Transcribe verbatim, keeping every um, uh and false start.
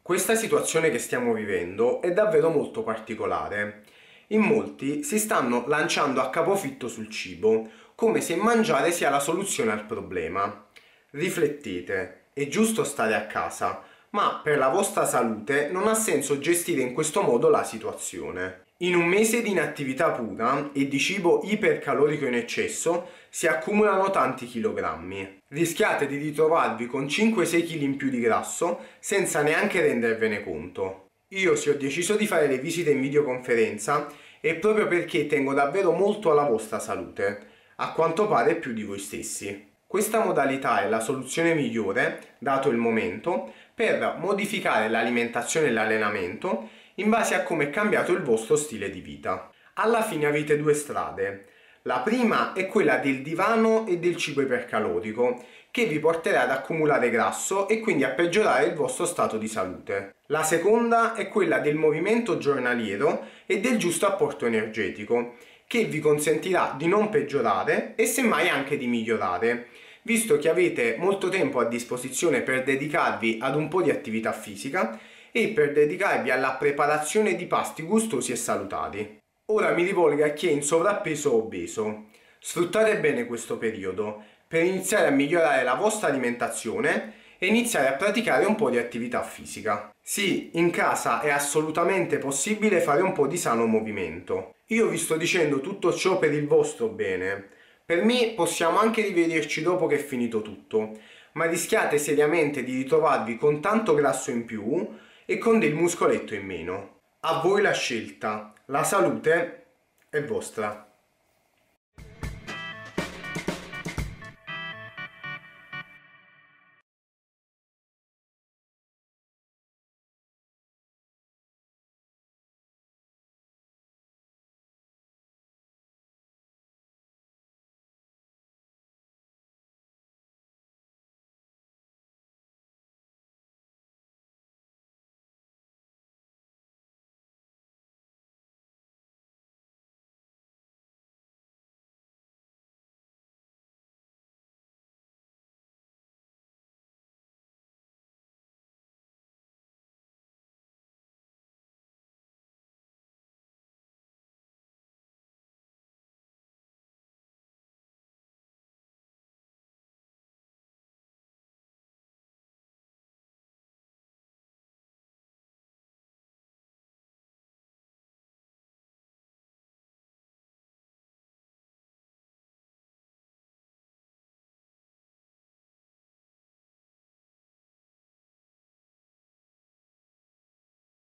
Questa situazione che stiamo vivendo è davvero molto particolare. In molti si stanno lanciando a capofitto sul cibo, come se mangiare sia la soluzione al problema. Riflettete, è giusto stare a casa, ma per la vostra salute non ha senso gestire in questo modo la situazione. In un mese di inattività pura e di cibo ipercalorico in eccesso si accumulano tanti chilogrammi. Rischiate di ritrovarvi con cinque sei chili in più di grasso senza neanche rendervene conto. Io sì ho deciso di fare le visite in videoconferenza e proprio perché tengo davvero molto alla vostra salute, a quanto pare più di voi stessi. Questa modalità è la soluzione migliore, dato il momento, per modificare l'alimentazione e l'allenamento in base a come è cambiato il vostro stile di vita. Alla fine avete due strade. La prima è quella del divano e del cibo ipercalorico, che vi porterà ad accumulare grasso e quindi a peggiorare il vostro stato di salute. La seconda è quella del movimento giornaliero e del giusto apporto energetico, che vi consentirà di non peggiorare e semmai anche di migliorare, visto che avete molto tempo a disposizione per dedicarvi ad un po' di attività fisica e per dedicarvi alla preparazione di pasti gustosi e salutari. Ora mi rivolgo a chi è in sovrappeso o obeso. Sfruttate bene questo periodo per iniziare a migliorare la vostra alimentazione e iniziare a praticare un po' di attività fisica. Sì, in casa è assolutamente possibile fare un po' di sano movimento. Io vi sto dicendo tutto ciò per il vostro bene. Per me possiamo anche rivederci dopo che è finito tutto, ma rischiate seriamente di ritrovarvi con tanto grasso in più e con del muscoletto in meno. A voi la scelta, la salute è vostra.